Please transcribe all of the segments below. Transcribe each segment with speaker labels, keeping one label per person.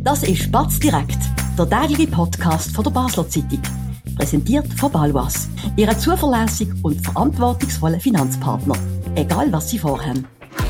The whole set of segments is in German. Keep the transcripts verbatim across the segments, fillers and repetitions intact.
Speaker 1: Das ist Batz direkt, der tägliche Podcast von der Basler Zeitung. Präsentiert von Baloise, Ihrem zuverlässigen und verantwortungsvollen Finanzpartner. Egal, was Sie vorhaben.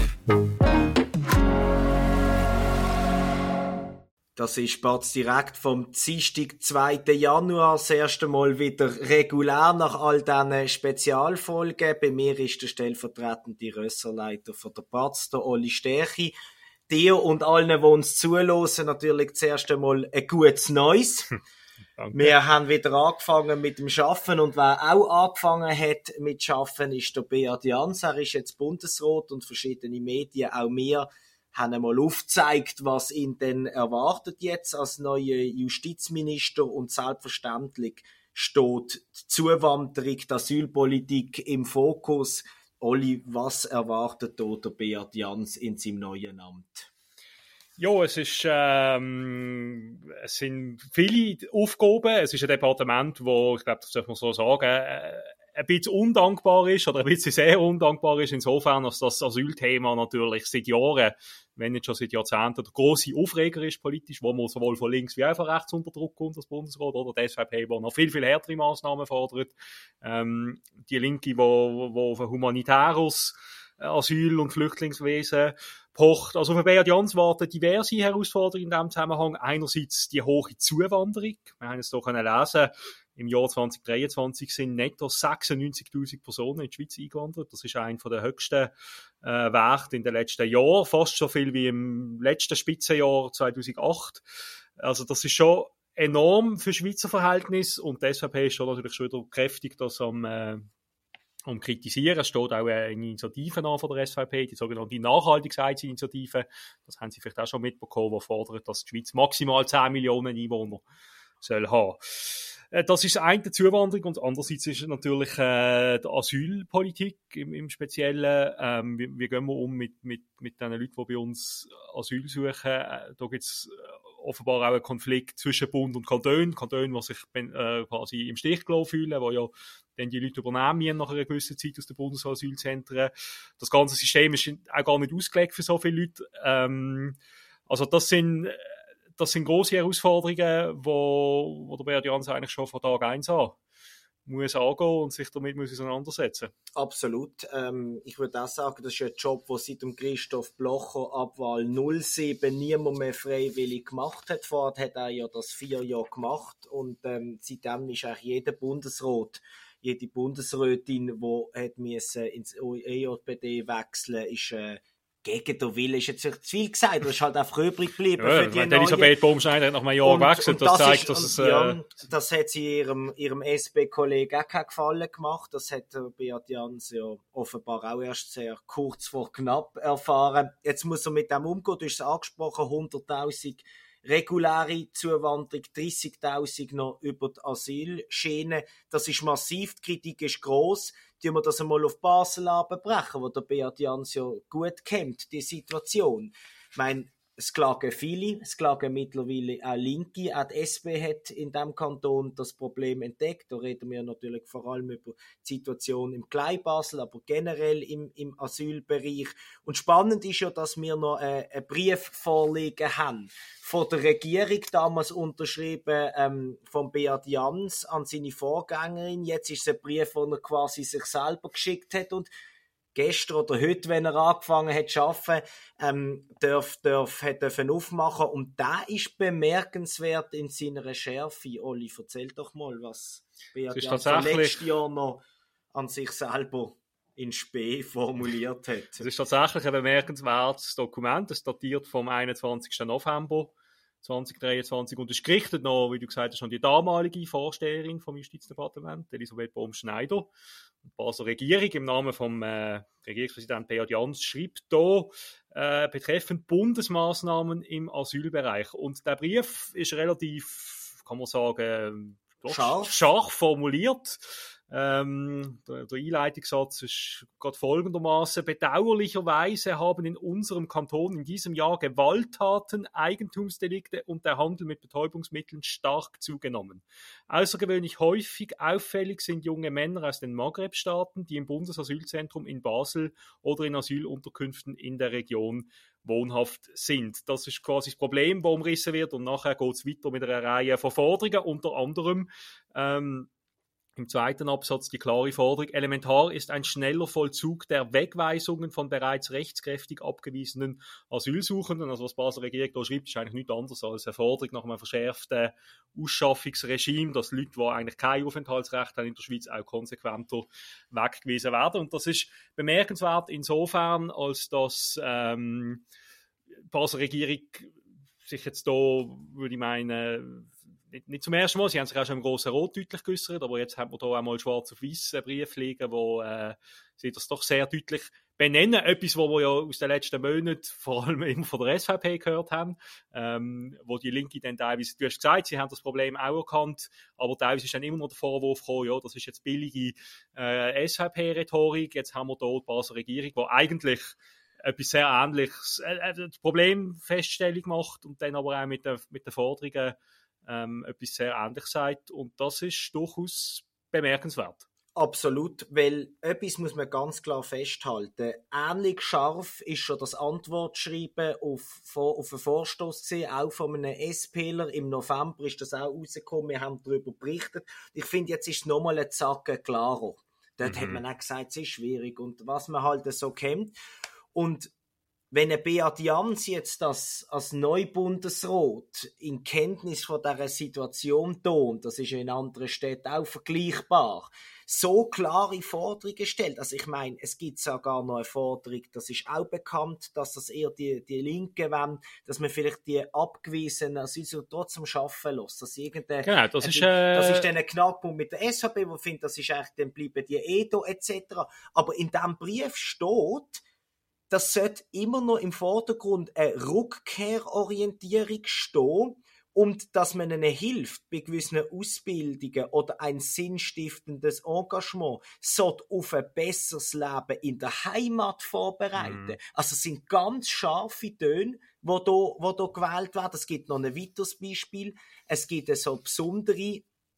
Speaker 2: Das ist Batz direkt vom Dienstag, zweiten Januar. Das erste Mal wieder regulär nach all diesen Spezialfolgen. Bei mir ist der stellvertretende Ressortleiter von der Batz, der Oli Sterchi. Dir und allen, die uns zuhören, natürlich zuerst einmal ein gutes Neues. Danke. Wir haben wieder angefangen mit dem Arbeiten und wer auch angefangen hat mit Arbeiten, ist der Beat Jans. Er ist jetzt Bundesrat und verschiedene Medien, auch wir, haben einmal aufgezeigt, was ihn denn erwartet jetzt als neuer Justizminister, und selbstverständlich steht die Zuwanderung, die Asylpolitik im Fokus. Oli, was erwartet da der Beat Jans in seinem neuen Amt?
Speaker 3: Ja, es ist, ähm, es sind viele Aufgaben. Es ist ein Departement, wo, ich glaube, das darf man so sagen, äh, ein bisschen undankbar ist, oder ein bisschen sehr undankbar ist, insofern, dass das Asylthema natürlich seit Jahren, wenn nicht schon seit Jahrzehnten, der grosse Aufreger ist politisch, wo man sowohl von links wie auch von rechts unter Druck kommt, das Bundesrat, oder die S V P, die noch viel, viel härtere Massnahmen fordert. Ähm, die Linke, wo, wo auf ein humanitäres Asyl- und Flüchtlingswesen pocht. Also auf Beat Jans warten diverse Herausforderungen in diesem Zusammenhang. Einerseits die hohe Zuwanderung. Wir haben es hier lesen, im Jahr zwanzig dreiundzwanzig sind netto sechsundneunzigtausend Personen in die Schweiz eingewandert. Das ist einer der höchsten äh, Werte in den letzten Jahren. Fast so viel wie im letzten Spitzenjahr zweitausendacht. Also das ist schon enorm für Schweizer Verhältnisse, und die S V P ist schon natürlich schon wieder kräftig das am äh, um kritisieren. Es steht auch eine Initiative an von der S V P, die sogenannte Nachhaltigkeitsinitiative. Das haben Sie vielleicht auch schon mitbekommen, die fordert, dass die Schweiz maximal zehn Millionen Einwohner soll haben. Das ist das eine, die Zuwanderung, und andererseits ist natürlich äh, die Asylpolitik im, im Speziellen. Ähm, wie, wie gehen wir um mit, mit, mit den Leuten, die bei uns Asyl suchen? Äh, da gibt es offenbar auch einen Konflikt zwischen Bund und Kanton. Kanton, die sich äh, quasi im Stich gelassen fühlen, wo ja dann die Leute übernehmen nach einer gewissen Zeit aus den Bundesasylzentren. Das ganze System ist auch gar nicht ausgelegt für so viele Leute. Ähm, also das sind Das sind grosse Herausforderungen, wo, wo der Beat Jans eigentlich schon von Tag eins an muss angehen und sich damit muss auseinandersetzen.
Speaker 2: Absolut. Ähm, ich würde auch sagen, das ist ein Job, den seit dem Christoph Blocher Abwahl null sieben niemand mehr freiwillig gemacht hat. Vorher hat er ja das vier Jahre gemacht, und ähm, seitdem ist eigentlich jeder Bundesrat, jede Bundesrätin, die hat müssen ins E J B D wechseln, ist äh, gegen den Willen, ist jetzt zu viel gesagt, das ist halt einfach übrig geblieben.
Speaker 3: Ja,
Speaker 2: für die
Speaker 3: Elisabeth Baumschneider hat nach einem Jahr gewechselt, das, das zeigt, ist, dass es... Äh...
Speaker 2: Ja, das hat sie ihrem, ihrem S P-Kollegen auch keinen Gefallen gemacht, das hat Beat Jans ja offenbar auch erst sehr kurz vor knapp erfahren. Jetzt muss er mit dem umgehen, du hast es angesprochen, hunderttausend reguläre Zuwanderung, dreissigtausend noch über die Asylschiene. Das ist massiv, die Kritik ist gross. Tun wir das einmal auf Basel abbrechen, wo der Beat Jans ja gut kennt, die Situation. Ich meine, es klagen viele, es klagen mittlerweile auch Linke. Auch die S P hat in diesem Kanton das Problem entdeckt. Da reden wir natürlich vor allem über die Situation im Kleinbasel, aber generell im, im Asylbereich. Und spannend ist ja, dass wir noch äh, einen Brief vorliegen haben von der Regierung, damals unterschrieben ähm, von Beat Jans an seine Vorgängerin. Jetzt ist es ein Brief, den er quasi sich selber geschickt hat, und gestern oder heute, wenn er angefangen hat zu arbeiten, ähm, darf, darf, hat dürfen aufmachen. Und da ist bemerkenswert in seiner Schärfe. Oli, erzähl doch mal, was Beat Jans letztes Jahr noch an sich selber in Spee formuliert hat.
Speaker 3: Es ist tatsächlich ein bemerkenswertes Dokument. Es datiert vom einundzwanzigsten November zweitausenddreiundzwanzig und ist gerichtet noch, wie du gesagt hast, an die damalige Vorsteherin vom Justizdepartement, Elisabeth Baumschneider. Die Basler Regierung im Namen vom äh, Regierungspräsidenten Beat Jans schreibt hier äh, betreffend Bundesmaßnahmen im Asylbereich. Und der Brief ist relativ, kann man sagen, scharf, scharf formuliert. Ähm, der, der Einleitungssatz ist gerade folgendermaßen: Bedauerlicherweise haben in unserem Kanton in diesem Jahr Gewalttaten, Eigentumsdelikte und der Handel mit Betäubungsmitteln stark zugenommen. Außergewöhnlich häufig auffällig sind junge Männer aus den Maghreb-Staaten, die im Bundesasylzentrum in Basel oder in Asylunterkünften in der Region wohnhaft sind. Das ist quasi das Problem, das umrissen wird, und nachher geht es weiter mit einer Reihe von Forderungen, unter anderem ähm, im zweiten Absatz die klare Forderung: Elementar ist ein schneller Vollzug der Wegweisungen von bereits rechtskräftig abgewiesenen Asylsuchenden. Also was die Basler Regierung da schreibt, ist eigentlich nichts anderes als eine Forderung nach einem verschärften Ausschaffungsregime, dass Leute, die eigentlich kein Aufenthaltsrecht haben in der Schweiz, auch konsequenter weggewiesen werden. Und das ist bemerkenswert insofern, als dass ähm, die Basler Regierung sich jetzt da, würde ich meinen, Nicht, nicht zum ersten Mal, sie haben sich auch schon im Grossen Rot deutlich geäußert, aber jetzt haben wir hier einmal schwarz auf weiss einen Brief liegen, wo äh, sie das doch sehr deutlich benennen. Etwas, was wir ja aus den letzten Monaten vor allem immer von der S V P gehört haben, ähm, wo die Linke dann teilweise, du hast gesagt, sie haben das Problem auch erkannt, aber teilweise ist dann immer noch der Vorwurf gekommen, ja, das ist jetzt billige äh, S V P-Rhetorik, jetzt haben wir hier die Basler Regierung, die eigentlich etwas sehr Ähnliches, äh, die Problemfeststellung macht und dann aber auch mit den mit den Forderungen Ähm, etwas sehr Ähnliches sagt, und das ist durchaus bemerkenswert.
Speaker 2: Absolut, weil etwas muss man ganz klar festhalten. Ähnlich scharf ist schon das Antwortschreiben auf, auf einen Vorstoß gewesen, auch von einem SPler. Im November ist das auch rausgekommen, wir haben darüber berichtet. Ich finde, jetzt ist es nochmal ein Zacken klarer. Dort mhm. hat man auch gesagt, es ist schwierig und was man halt so kennt. Und wenn ein Beat Jans jetzt das als Neubundesrat in Kenntnis von dieser Situation tut, das ist ja in anderen Städten auch vergleichbar, so klare Forderungen stellt, also ich meine, es gibt sogar noch eine Forderung, das ist auch bekannt, dass das eher die, die Linken wollen, dass man vielleicht die abgewiesenen Asylsucher trotzdem arbeiten lässt. Dass irgendeine,
Speaker 3: genau, das ist,
Speaker 2: äh, das ist dann ein Knackpunkt mit der S V P, wo findet, das ist eigentlich, dann bleiben die eh da, et cetera. Aber in diesem Brief steht, das sollte immer noch im Vordergrund eine Rückkehrorientierung stehen und dass man ihnen hilft bei gewissen Ausbildungen oder ein sinnstiftendes Engagement, sollte auf ein besseres Leben in der Heimat vorbereiten. Mm. Also es sind ganz scharfe Töne, die da, wo da gewählt werden. Es gibt noch ein weiteres Beispiel. Es gibt so besondere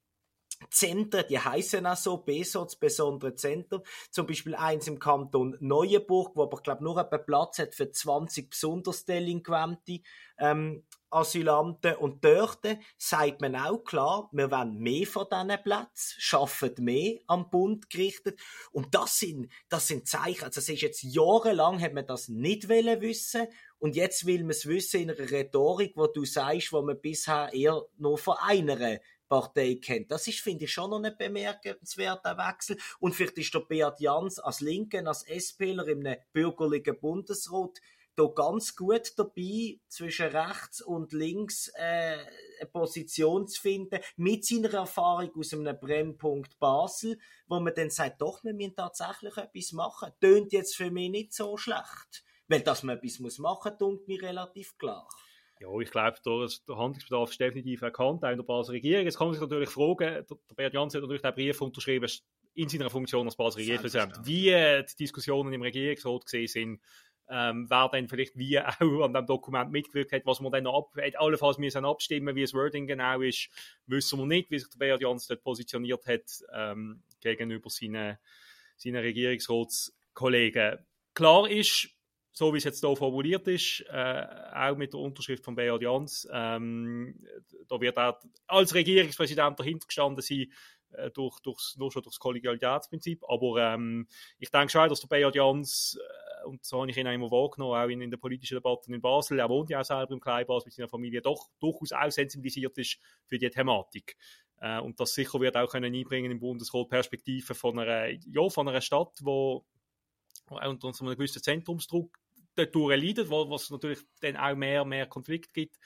Speaker 2: Zentren, die heißen auch so, B S O Z, besondere Zentren. Zum Beispiel eins im Kanton Neuenburg, wo aber, glaube nur etwa Platz hat für zwanzig besonders delinquente ähm, Asylanten. Und dort sagt man auch klar, wir wollen mehr von diesen Plätzen, schaffen mehr am Bund gerichtet. Und das sind, das sind Zeichen. Also es ist jetzt jahrelang, hat man das nicht wollen wissen. Und jetzt will man es wissen in einer Rhetorik, wo du sagst, wo man bisher eher nur von einer Partei kennt. Das ist, finde ich, schon noch ein bemerkenswerter Wechsel. Und vielleicht ist der Beat Jans als Linken, als SPler in einem bürgerlichen Bundesrat da ganz gut dabei, zwischen rechts und links äh, eine Position zu finden, mit seiner Erfahrung aus einem Brennpunkt Basel, wo man dann sagt, doch, wir müssen tatsächlich etwas machen. Tönt jetzt für mich nicht so schlecht. Weil, dass man etwas machen muss, tut mir relativ klar.
Speaker 3: Ja, ich glaube, der Handlungsbedarf ist definitiv erkannt, auch in der Basler Regierung. Jetzt kann man sich natürlich fragen, der Beat Jans hat natürlich den Brief unterschrieben in seiner Funktion als Basler Regierungspräsident. Wie die Diskussionen im Regierungsrat gesehen sind, ähm, wer dann vielleicht wie auch an dem Dokument mitgewirkt hat, was man dann ab, allenfalls müssen abstimmen, wie das Wording genau ist, wissen wir nicht, wie sich der Beat Jans dort positioniert hat ähm, gegenüber seinen, seinen Regierungsratskollegen. Klar ist, so wie es jetzt hier formuliert ist, äh, auch mit der Unterschrift von Beat Jans, ähm, da wird auch als Regierungspräsident dahinter gestanden sein, äh, durch, durchs, nur schon durch das Kollegialitätsprinzip. Aber ähm, ich denke schon, dass der Beat Jans, äh, und so habe ich ihn auch immer wahrgenommen, auch in, in den politischen Debatten in Basel, er wohnt ja auch selber im Kleinbasel mit seiner Familie, doch durchaus auch sensibilisiert ist für die Thematik. Äh, und das sicher wird auch können einbringen im Bundesrat Perspektiven von einer, ja, von einer Stadt, wo unter so einem gewissen Zentrumsdruck dadurch leidet, wo es natürlich dann auch mehr mehr Konflikt gibt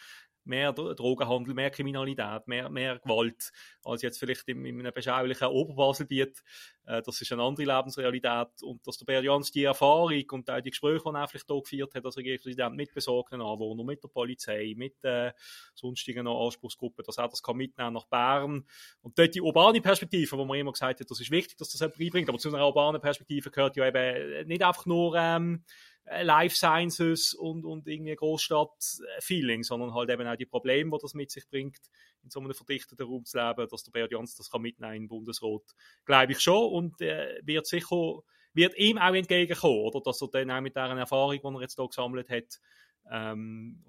Speaker 3: mehr Drogenhandel, mehr Kriminalität, mehr, mehr Gewalt, als jetzt vielleicht in, in einem beschaulichen Oberbaselbiet. Äh, das ist eine andere Lebensrealität. Und dass der Beat Jans die Erfahrung und auch die Gespräche, die er vielleicht hier geführt hat als Regierungspräsident mit besorgten Anwohnern, mit der Polizei, mit äh, sonstigen Anspruchsgruppen, dass er das kann mitnehmen nach Bern. Und dort die urbane Perspektive, wo man immer gesagt hat, das ist wichtig, dass das jemand reinbringt, aber zu einer urbanen Perspektive gehört ja eben nicht einfach nur ähm, Life Sciences und, und irgendwie Großstadt-Feeling, sondern halt eben auch die Probleme, die das mit sich bringt, in so einem verdichteten Raum zu leben, dass der Beat Jans das kann mitnehmen in den Bundesrat, glaube ich schon, und äh, wird sicher, wird ihm auch entgegenkommen, oder, dass er dann auch mit dieser Erfahrung, die er jetzt hier gesammelt hat, ähm,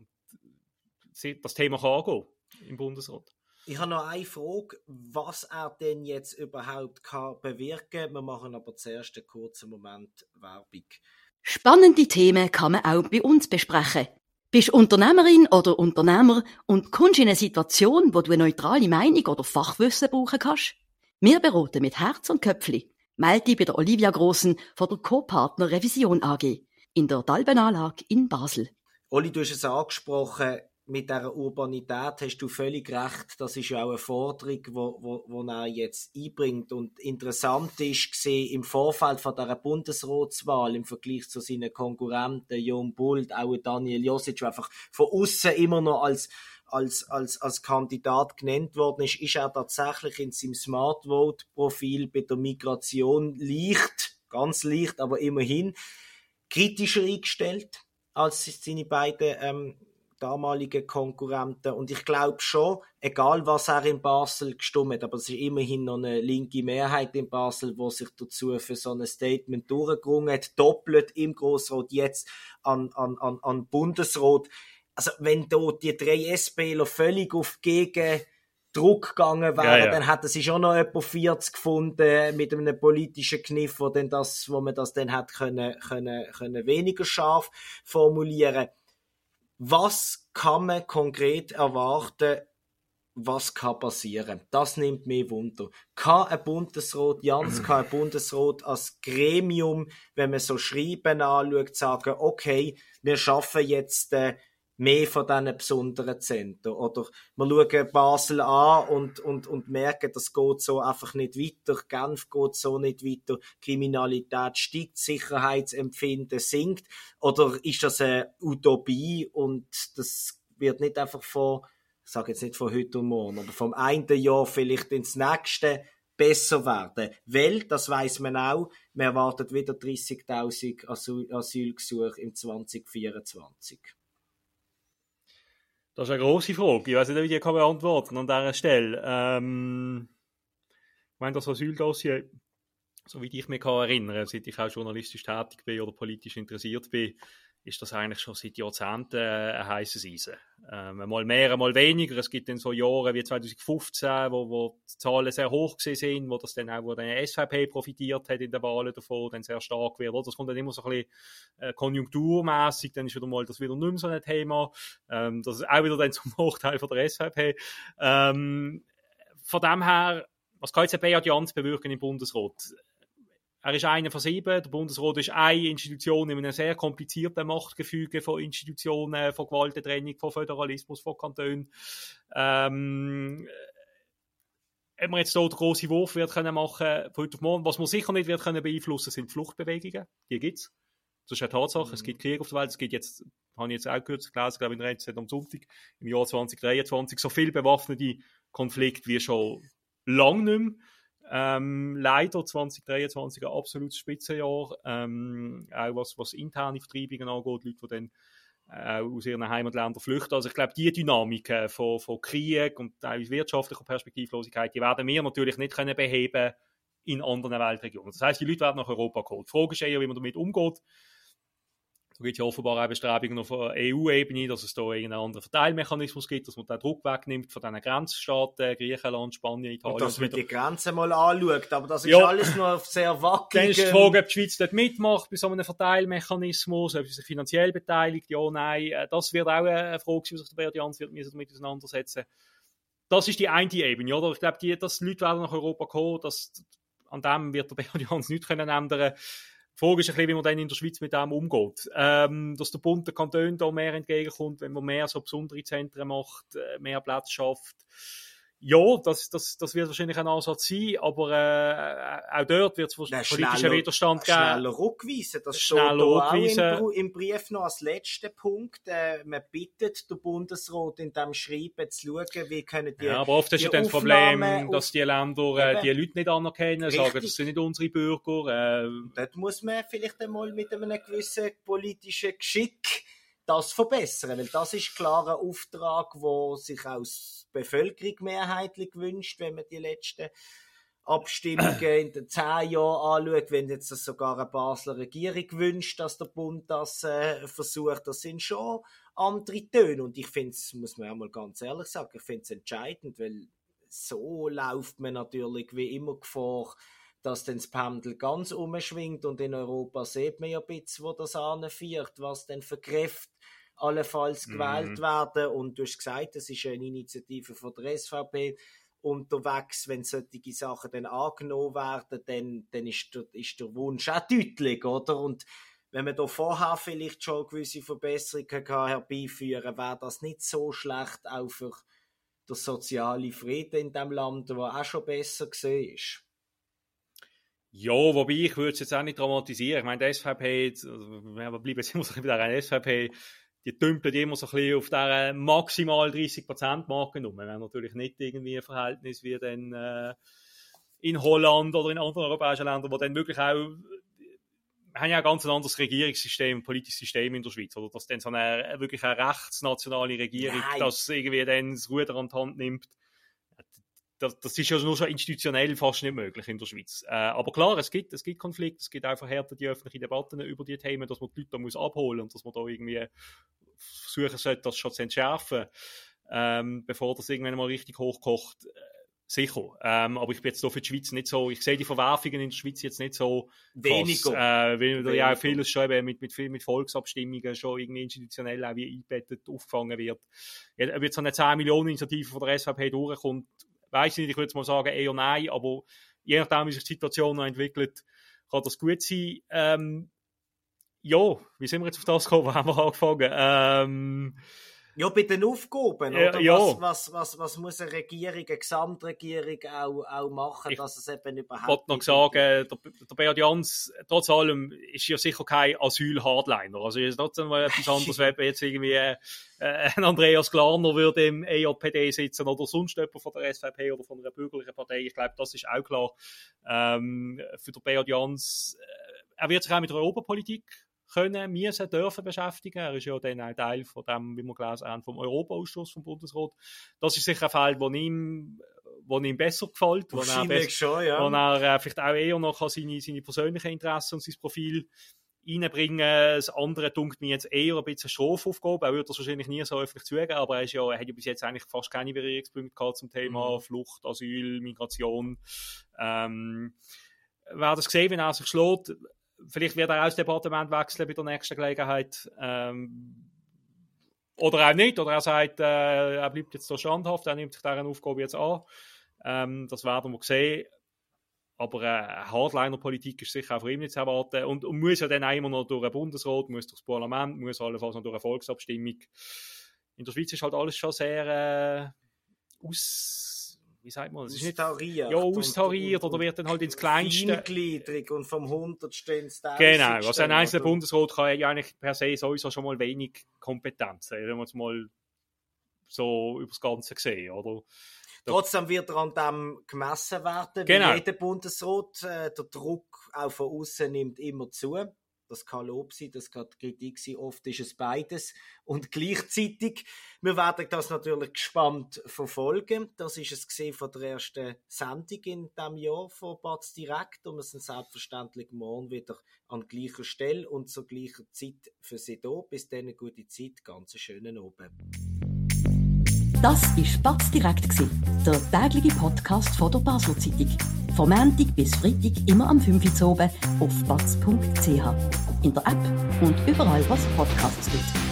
Speaker 3: das Thema kann angehen im Bundesrat.
Speaker 2: Ich habe noch eine Frage, was er denn jetzt überhaupt kann bewirken kann. Wir machen aber zuerst einen kurzen Moment Werbung.
Speaker 1: Spannende Themen kann man auch bei uns besprechen. Bist Unternehmerin oder Unternehmer und kommst in eine Situation, wo du eine neutrale Meinung oder Fachwissen brauchen kannst? Wir beraten mit Herz und Köpfli. Melde dich bei der Olivia Grossen von der Co-Partner Revision A G in der Dalbenanlage in Basel.
Speaker 2: Oli, du hast es angesprochen, mit dieser Urbanität hast du völlig recht. Das ist ja auch eine Forderung, die wo, wo, wo er jetzt einbringt. Und interessant ist gesehen, im Vorfeld von dieser Bundesratswahl im Vergleich zu seinen Konkurrenten, Jon Bult, auch Daniel Josic, der einfach von außen immer noch als, als, als, als Kandidat genannt worden ist, ist er tatsächlich in seinem Smart Vote-Profil bei der Migration leicht, ganz leicht, aber immerhin kritischer eingestellt als seine beiden ähm, damalige Konkurrenten. Und ich glaube schon, egal was er in Basel gestimmt hat, aber es ist immerhin noch eine linke Mehrheit in Basel, die sich dazu für so ein Statement durchgerungen hat, doppelt im Grossrat, jetzt an, an, an, an Bundesrat. Also wenn da die drei SPler völlig auf Gegendruck gegangen wären, ja, ja. dann hätten sie schon noch etwa vierzig gefunden mit einem politischen Kniff, wo, dann das, wo man das dann hätte können, können, können weniger scharf formulieren. Was kann man konkret erwarten, was kann passieren? Das nimmt mich Wunder. Kann ein Bundesrat, Jans, kann ein Bundesrat als Gremium, wenn man so Schreiben anschaut, sagen, okay, wir schaffen jetzt äh, mehr von diesen besonderen Zentren. Oder wir schauen Basel an und, und, und merken, das geht so einfach nicht weiter. Genf geht so nicht weiter. Kriminalität steigt, Sicherheitsempfinden sinkt. Oder ist das eine Utopie und das wird nicht einfach von, ich sage jetzt nicht von heute und morgen, aber vom einen Jahr vielleicht ins nächste besser werden. Weil, das weiss man auch, man erwartet wieder dreissigtausend Asyl- Asylgesuche im zwanzig vierundzwanzig.
Speaker 3: Das ist eine grosse Frage. Ich weiß nicht, wie ich die beantworten kann an dieser Stelle. Ähm, ich meine, das Asyldossier, soweit ich mich erinnern kann, seit ich auch journalistisch tätig bin oder politisch interessiert bin, ist das eigentlich schon seit Jahrzehnten ein heisses Eisen. Ähm, mal mehr, mal weniger. Es gibt dann so Jahre wie zwanzig fünfzehn, wo, wo die Zahlen sehr hoch sind, wo das dann auch, wo dann S V P profitiert hat in den Wahlen davon, dann sehr stark wird. Oder? Das kommt dann immer so ein bisschen äh, konjunkturmässig, dann ist wieder mal das wieder nicht mehr so ein Thema. Ähm, das ist auch wieder dann zum Nachteil von der S V P. Ähm, von dem her, was kann jetzt ein Beat Jans bewirken im Bundesrat? Er ist einer von sieben. Der Bundesrat ist eine Institution in einem sehr komplizierten Machtgefüge von Institutionen, von Gewaltentrennung, von Föderalismus, von Kantonen. Ähm, ob man jetzt hier den grossen Wurf wird können machen von heute auf morgen. Was man sicher nicht wird können beeinflussen, sind Fluchtbewegungen. Die gibt es. Das ist eine Tatsache. Mhm. Es gibt Krieg auf der Welt. Es gibt jetzt, habe ich jetzt auch kürzlich gelesen, glaube ich, in der Rede am Sonntag, im Jahr zwanzig dreiundzwanzig, so viele bewaffnete Konflikte wie schon lange nicht mehr. Ähm, leider zwanzig dreiundzwanzig ein absolutes Spitzenjahr, ähm, auch was, was interne Vertreibungen angeht, Leute, die dann äh, aus ihren Heimatländern flüchten. Also ich glaube, die Dynamik äh, von, von Krieg und auch wirtschaftlicher Perspektivlosigkeit, die werden wir natürlich nicht können beheben in anderen Weltregionen. Das heisst, die Leute werden nach Europa geholt. Die Frage ist eher, wie man damit umgeht. Da gibt es ja offenbar auch Bestrebungen auf E U-Ebene, dass es da irgendeinen anderen Verteilmechanismus gibt, dass man den Druck wegnimmt von diesen Grenzstaaten, Griechenland, Spanien, Italien.
Speaker 2: Und dass man die Grenzen mal anschaut, aber das ist ja alles noch sehr wackelig.
Speaker 3: Dann ist die Frage, ob die Schweiz dort mitmacht bei so einem Verteilmechanismus, ob sie sich finanziell beteiligt, ja, nein. Das wird auch eine Frage, die sich der Beat Jans wird damit auseinandersetzen. Das ist die eine Ebene, oder? Ich glaube, die, dass die Leute werden nach Europa kommen, das, an dem wird der Beat Jans nichts können ändern. Frage ist ein bisschen, wie man dann in der Schweiz mit dem umgeht. Ähm, dass der Bund den Kantonen da mehr entgegenkommt, wenn man mehr so besondere Zentren macht, mehr Platz schafft. Ja, das, das, das wird wahrscheinlich ein Ansatz sein, aber äh, auch dort wird es politischen Widerstand geben.
Speaker 2: Schneller rückweisen, das
Speaker 3: schneller
Speaker 2: steht auch
Speaker 3: rückweisen.
Speaker 2: Im, im Brief noch als letzter Punkt. Äh, man bittet den Bundesrat in diesem Schreiben zu schauen, wie können die
Speaker 3: Ja, aber oft ist ja dann das Problem, dass die Länder äh, die Leute nicht anerkennen, richtig. Sagen, das sind nicht unsere Bürger. Äh.
Speaker 2: Dort muss man vielleicht einmal mit einem gewissen politischen Geschick das verbessern, weil das ist klar ein Auftrag, der sich aus Bevölkerung mehrheitlich wünscht, wenn man die letzten Abstimmungen in den zehn Jahren anschaut, wenn jetzt das sogar eine Basler Regierung wünscht, dass der Bund das äh, versucht, das sind schon andere Töne und ich finde es, muss man auch mal ganz ehrlich sagen, ich finde es entscheidend, weil so läuft man natürlich wie immer Gefahr, dass dann das Pendel ganz umschwingt und in Europa sieht man ja ein bisschen, wo das anführt, was dann für Kräfte allenfalls gewählt mm. werden. Und du hast gesagt, das ist eine Initiative von der S V P unterwegs. Wenn solche Sachen dann angenommen werden, dann, dann ist, der, ist der Wunsch auch deutlich, oder? Und wenn man da vorher vielleicht schon gewisse Verbesserungen herbeiführen kann, wäre das nicht so schlecht auch für den sozialen Frieden in diesem Land, der auch schon besser gesehen ist.
Speaker 3: Ja, wobei ich würde es jetzt auch nicht dramatisieren. Ich meine, die S V P, also, wir bleiben jetzt immer so ein bisschen bei der S V P, die dümpeln immer so ein bisschen auf dieser maximal dreißig Prozent Marke rum. Wir haben natürlich nicht irgendwie ein Verhältnis wie dann äh, in Holland oder in anderen europäischen Ländern, wo dann wirklich auch, wir haben ja ein ganz anderes Regierungssystem, politisches System in der Schweiz, oder dass dann so eine wirklich eine rechtsnationale Regierung, Nein. das irgendwie dann das Ruder an die Hand nimmt. Das, das ist ja nur schon institutionell fast nicht möglich in der Schweiz. Äh, aber klar, es gibt, es gibt Konflikte, es gibt einfach verhärtete öffentliche Debatten über die Themen, dass man die Leute da muss abholen und dass man da irgendwie versuchen sollte, das schon zu entschärfen, ähm, bevor das irgendwann mal richtig hochkocht. Äh, sicher. Ähm, aber ich bin jetzt da für die Schweiz nicht so, ich sehe die Verwerfungen in der Schweiz jetzt nicht so
Speaker 2: weniger.
Speaker 3: Krass, äh, weil ja auch vieles schon eben mit, mit, mit Volksabstimmungen schon irgendwie institutionell auch wie eingebettet aufgefangen wird. Ja, ob jetzt so eine zehn Millionen Initiative von der S V P durchkommt, weiss nicht, ich würde mal sagen eher nein, aber je nachdem, wie sich die Situation noch entwickelt, kann das gut sein. Ähm, ja, wie sind wir jetzt auf das gekommen? Wo haben wir angefangen? Ähm,
Speaker 2: ja, bei den Aufgaben,
Speaker 3: ja,
Speaker 2: oder?
Speaker 3: Ja.
Speaker 2: Was, was, was, was muss eine Regierung, eine Gesamtregierung auch, auch machen,
Speaker 3: ich
Speaker 2: dass es eben überhaupt...
Speaker 3: Ich wollte noch sagen, der, der Beat Jans, trotz allem, ist ja sicher kein Asyl-Hardliner. Also ist trotzdem mal etwas anderes, wenn jetzt irgendwie äh, ein Andreas Glarner würde im E J P D sitzen oder sonst jemand von der S V P oder von einer bürgerlichen Partei. Ich glaube, das ist auch klar. Ähm, für den Beat Jans, äh, er wird sich auch mit der Europapolitik können, müssen, dürfen beschäftigen. Er ist ja dann auch Teil von dem, wie wir gelesen haben, vom Europaausschuss vom Bundesrat. Das ist sicher ein Feld, wo ihm, wo ihm besser gefällt, wo er, besser,
Speaker 2: schon, ja.
Speaker 3: wo er äh, vielleicht auch eher noch seine, seine persönlichen Interessen und sein Profil reinbringen. Das andere dunkt mir jetzt eher ein bisschen Strafaufgabe. Er würde das wahrscheinlich nie so öffentlich zugeben, aber er, ist ja, er hat ja bis jetzt eigentlich fast keine Berührungspunkte gehabt zum Thema mhm. Flucht, Asyl, Migration. Ähm, wer das gesehen, wenn er sich schlägt, vielleicht wird er aus dem Departement wechseln bei der nächsten Gelegenheit. Ähm, oder auch nicht. Oder er sagt, äh, er bleibt jetzt so standhaft, er nimmt sich deren Aufgabe jetzt an. Ähm, das werden wir sehen. Aber äh, Hardliner-Politik ist sicher auch von ihm nicht zu erwarten. Und, und muss ja dann auch immer noch durch den Bundesrat, muss durch das Parlament, muss allenfalls noch durch eine Volksabstimmung. In der Schweiz ist halt alles schon sehr äh, aus... Wie sagt man? Das ist nicht, ja, austariert oder wird dann halt ins Kleinste.
Speaker 2: Eingliedrig und vom Hundertsten ins Tausendste.
Speaker 3: Genau, also ein einzelner Bundesrat kann ja eigentlich per se sowieso schon mal wenig Kompetenz, wenn man es mal so über das Ganze sehen, oder?
Speaker 2: Trotzdem wird er an dem gemessen werden,
Speaker 3: genau.
Speaker 2: Wie jeder Bundesrat. Äh, der Druck auch von außen nimmt immer zu. Das kann Lob sein, das kann Kritik sein, oft ist es beides. Und gleichzeitig, wir werden das natürlich gespannt verfolgen. Das ist es gesehen von der ersten Sendung in diesem Jahr von Batz Direkt. Und wir sind selbstverständlich morgen wieder an gleicher Stelle und zur gleichen Zeit für Sie da. Bis dann eine gute Zeit, ganz einen schönen Abend.
Speaker 1: Das war Batz Direkt, der tägliche Podcast von der Basler Zeitung. Von Montag bis Freitag immer am fünf Uhr oben auf batz punkt c h. In der App und überall, was Podcasts gibt.